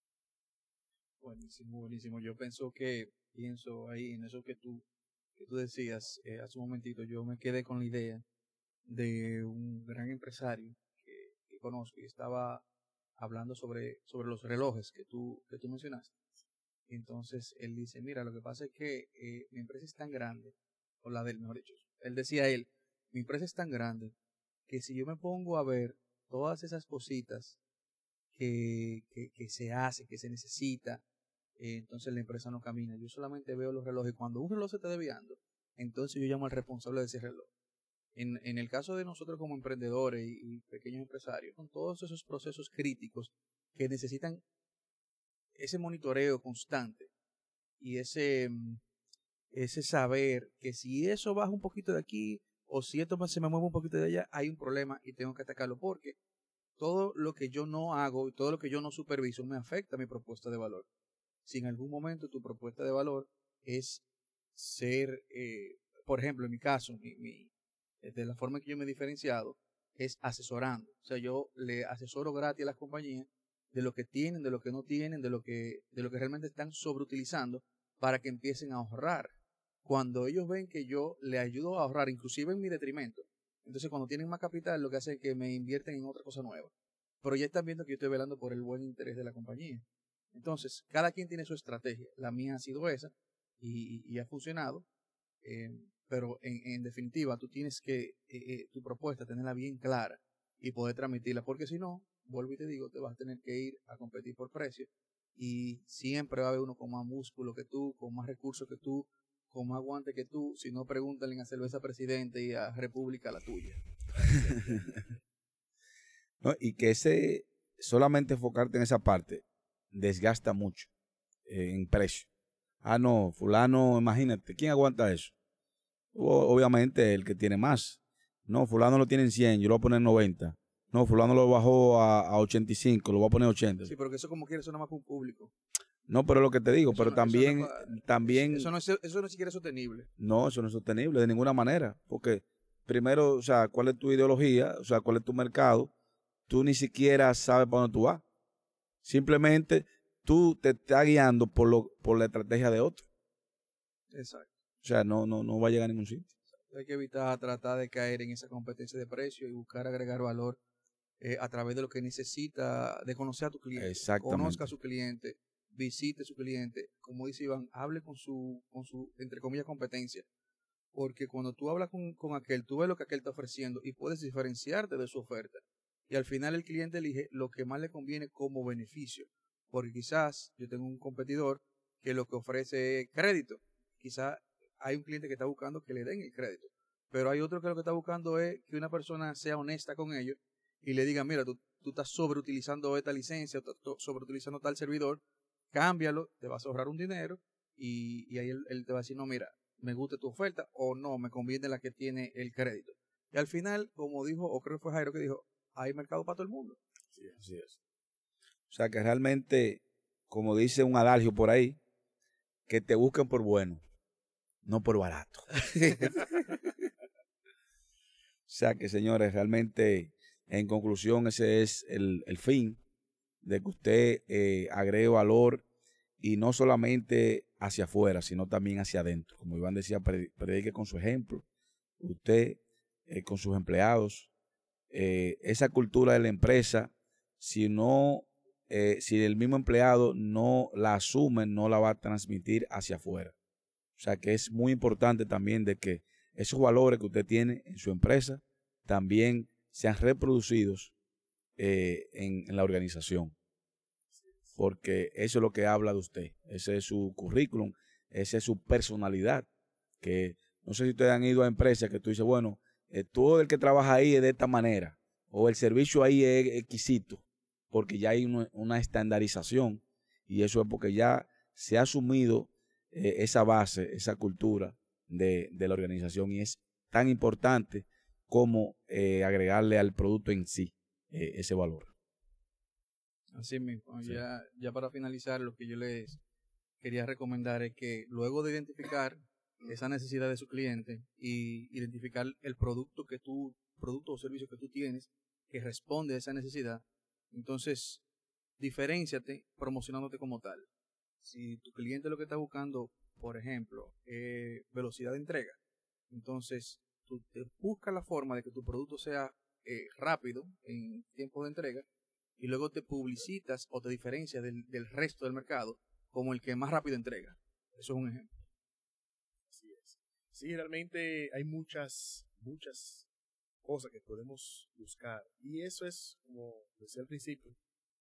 Buenísimo, buenísimo. Yo pienso ahí en eso que tú decías hace un momentito. Yo me quedé con la idea de un gran empresario que conozco y estaba hablando sobre los relojes que tú mencionaste. Entonces él dice, mira, lo que pasa es que mi empresa es tan grande, o la del mejor dicho, él decía mi empresa es tan grande que si yo me pongo a ver todas esas cositas que se hace, que se necesita, entonces la empresa no camina. Yo solamente veo los relojes. Cuando un reloj se está desviando, entonces yo llamo al responsable de ese reloj. En el caso de nosotros como emprendedores y pequeños empresarios, con todos esos procesos críticos que necesitan ese monitoreo constante y ese saber que si eso baja un poquito de aquí o si esto se me mueve un poquito de allá, hay un problema y tengo que atacarlo, porque todo lo que yo no hago y todo lo que yo no superviso me afecta a mi propuesta de valor. Si en algún momento tu propuesta de valor es ser, por ejemplo, en mi caso, de la forma en que yo me he diferenciado, es asesorando. O sea, yo le asesoro gratis a las compañías de lo que tienen, de lo que no tienen, de lo que realmente están sobreutilizando para que empiecen a ahorrar. Cuando ellos ven que yo le ayudo a ahorrar, inclusive en mi detrimento, entonces cuando tienen más capital, lo que hace es que me invierten en otra cosa nueva. Pero ya están viendo que yo estoy velando por el buen interés de la compañía. Entonces, cada quien tiene su estrategia. La mía ha sido esa y ha funcionado. Pero en definitiva, tú tienes que tu propuesta tenerla bien clara y poder transmitirla, porque si no, vuelvo y te digo, te vas a tener que ir a competir por precio y siempre va a haber uno con más músculo que tú, con más recursos que tú, con más guante que tú. Si no, pregúntale a Cerveza Presidente y a República la tuya.
No, y que solamente enfocarte en esa parte desgasta mucho en precio. Ah, no, fulano, imagínate, ¿quién aguanta eso? Obviamente el que tiene más. No, fulano lo tiene en 100, yo lo voy a poner en 90. No, fulano lo bajó a 85, lo voy a poner 80.
Sí, pero que eso como quiere eso nada más para un público.
No, pero es lo que te digo,
Eso
pero
no-
también,
Eso no es siquiera sostenible.
no, eso no es sostenible de ninguna manera, porque primero, o sea, ¿cuál es tu ideología? O sea, ¿cuál es tu mercado? Tú ni siquiera sabes para dónde tú vas. Simplemente tú te estás guiando por la estrategia de otro.
Exacto.
O sea, no va a llegar a ningún sitio.
Hay que evitar tratar de caer en esa competencia de precio y buscar agregar valor a través de lo que necesita, de conocer a tu cliente.
Exactamente.
Conozca a su cliente, visite a su cliente. Como dice Iván, hable con su entre comillas, competencia. Porque cuando tú hablas con aquel, tú ves lo que aquel está ofreciendo y puedes diferenciarte de su oferta. Y al final el cliente elige lo que más le conviene como beneficio. Porque quizás yo tengo un competidor que lo que ofrece es crédito. Quizás hay un cliente que está buscando que le den el crédito. Pero hay otro que lo que está buscando es que una persona sea honesta con ellos y le diga, mira, tú estás sobreutilizando esta licencia, sobreutilizando tal servidor, cámbialo, te vas a ahorrar un dinero y ahí él te va a decir, no, mira, me gusta tu oferta o no, me conviene la que tiene el crédito. Y al final, como dijo, o creo que fue Jairo que dijo, hay mercado para todo el mundo.
Sí, así es. O sea, que realmente, como dice un adagio por ahí, que te busquen por bueno, no por barato. O sea que, señores, realmente, en conclusión, ese es el fin de que usted agregue valor y no solamente hacia afuera, sino también hacia adentro. Como Iván decía, predique con su ejemplo, usted con sus empleados, esa cultura de la empresa, si el mismo empleado no la asume, no la va a transmitir hacia afuera. O sea que es muy importante también de que esos valores que usted tiene en su empresa también sean reproducidos en la organización. porque eso es lo que habla de usted. Ese es su currículum, esa es su personalidad. Que no sé si ustedes han ido a empresas que tú dices, bueno, tú el que trabaja ahí es de esta manera, o el servicio ahí es exquisito, porque ya hay una estandarización, y eso es porque ya se ha asumido esa base, esa cultura de la organización, y es tan importante como agregarle al producto en sí ese valor.
Así mismo,
Sí.
ya para finalizar, lo que yo les quería recomendar es que luego de identificar esa necesidad de su cliente y identificar el producto o servicio que tú tienes que responde a esa necesidad, entonces diferénciate promocionándote como tal. Si tu cliente lo que está buscando, por ejemplo, velocidad de entrega, entonces tú te buscas la forma de que tu producto sea rápido en tiempo de entrega y luego te publicitas o te diferencias del resto del mercado como el que más rápido entrega. Eso es un ejemplo.
Así es. Sí, realmente hay muchas cosas que podemos buscar. Y eso es, como decía al principio,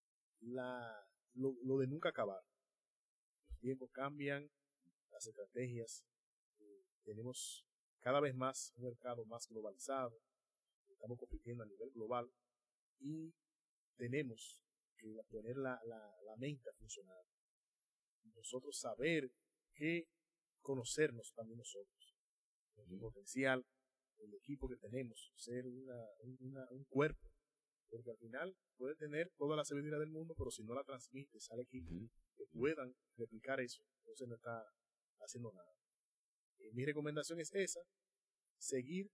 lo de nunca acabar. Los tiempos cambian, las estrategias. Tenemos cada vez más un mercado más globalizado. Estamos compitiendo a nivel global. Y tenemos que poner la mente a funcionar. Nosotros saber que conocernos también nosotros. El potencial, el equipo que tenemos, ser un cuerpo. Porque al final puede tener toda la sabiduría del mundo, pero si no la transmites al equipo que puedan replicar eso, entonces no está haciendo nada. Mi recomendación es esa, seguir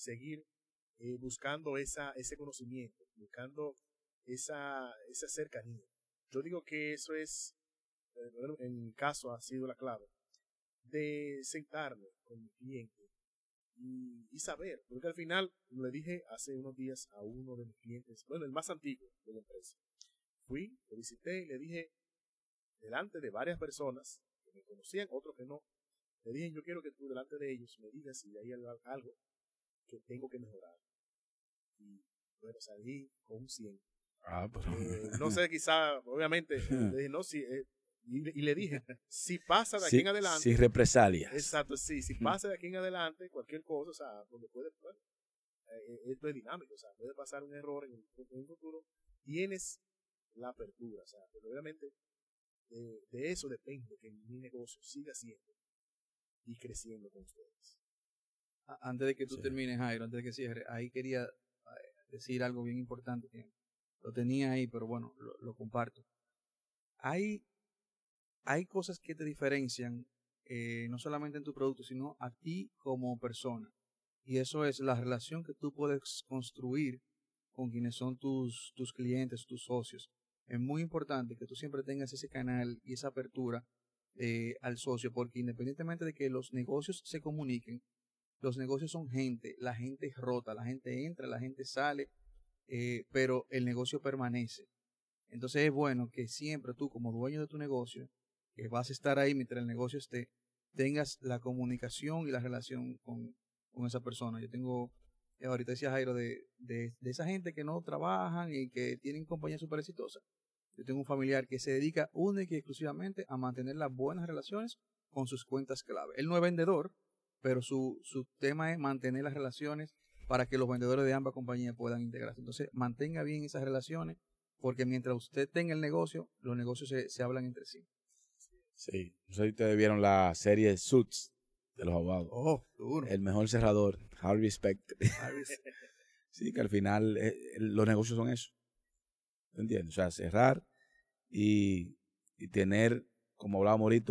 buscando ese conocimiento, buscando esa cercanía. Yo digo que eso es, en mi caso ha sido la clave, de sentarme con mi cliente y saber, porque al final, le dije hace unos días a uno de mis clientes, bueno, el más antiguo de la empresa, fui, lo visité y le dije, delante de varias personas que me conocían, otros que no, le dije, yo quiero que tú delante de ellos me digas si hay algo que tengo que mejorar. Y bueno, salí con un 100.
Pero...
no sé, quizá, obviamente, le dije, no, si, y le dije, si pasa de aquí en adelante.
Sin represalias.
Exacto, sí, si pasa de aquí en adelante, cualquier cosa, o sea, donde puede, bueno, esto es dinámico, o sea, puede pasar un error en el futuro, tienes la apertura, o sea, pero obviamente de eso depende que mi negocio siga siendo y creciendo con ustedes.
Antes de que tú termines, Jairo, antes de que cierre, ahí quería decir algo bien importante que lo tenía ahí, pero bueno, lo comparto. Hay cosas que te diferencian, no solamente en tu producto, sino a ti como persona. Y eso es la relación que tú puedes construir con quienes son tus clientes, tus socios. Es muy importante que tú siempre tengas ese canal y esa apertura al socio, porque independientemente de que los negocios se comuniquen, los negocios son gente, la gente es rota, la gente entra, la gente sale, pero el negocio permanece. Entonces es bueno que siempre tú como dueño de tu negocio, que vas a estar ahí mientras el negocio esté, tengas la comunicación y la relación con esa persona. Yo tengo, ahorita decía Jairo, de esa gente que no trabajan y que tienen compañías súper exitosas. Yo tengo un familiar que se dedica única y exclusivamente a mantener las buenas relaciones con sus cuentas clave. Él no es vendedor, pero su tema es mantener las relaciones para que los vendedores de ambas compañías puedan integrarse. Entonces, mantenga bien esas relaciones, porque mientras usted tenga el negocio, los negocios se hablan entre sí.
Sí, no sé si ustedes vieron la serie Suits de los abogados.
Oh, duro.
El mejor cerrador, Harvey Specter. Sí, que al final los negocios son eso. ¿Entiendes? O sea, cerrar y tener, como hablábamos ahorita,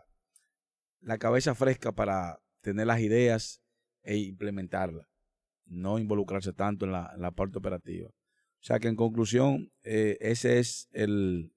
la cabeza fresca para tener las ideas e implementarlas. No involucrarse tanto en la parte operativa. O sea que en conclusión, ese es el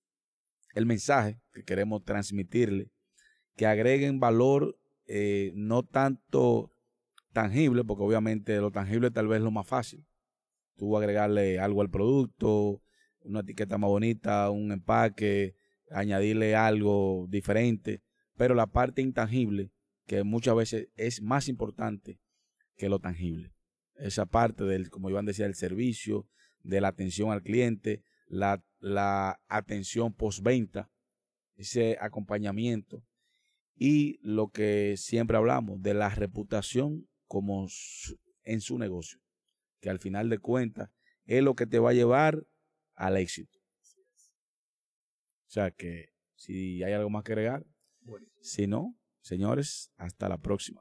mensaje que queremos transmitirle, que agreguen valor, no tanto tangible, porque obviamente lo tangible tal vez es lo más fácil. Tú agregarle algo al producto, una etiqueta más bonita, un empaque, añadirle algo diferente, pero la parte intangible, que muchas veces es más importante que lo tangible. Esa parte del, como Iván decía, del servicio, de la atención al cliente, la atención postventa, ese acompañamiento y lo que siempre hablamos de la reputación como en su negocio, que al final de cuentas es lo que te va a llevar al éxito. O sea que si hay algo más que agregar, si no, señores, hasta la próxima.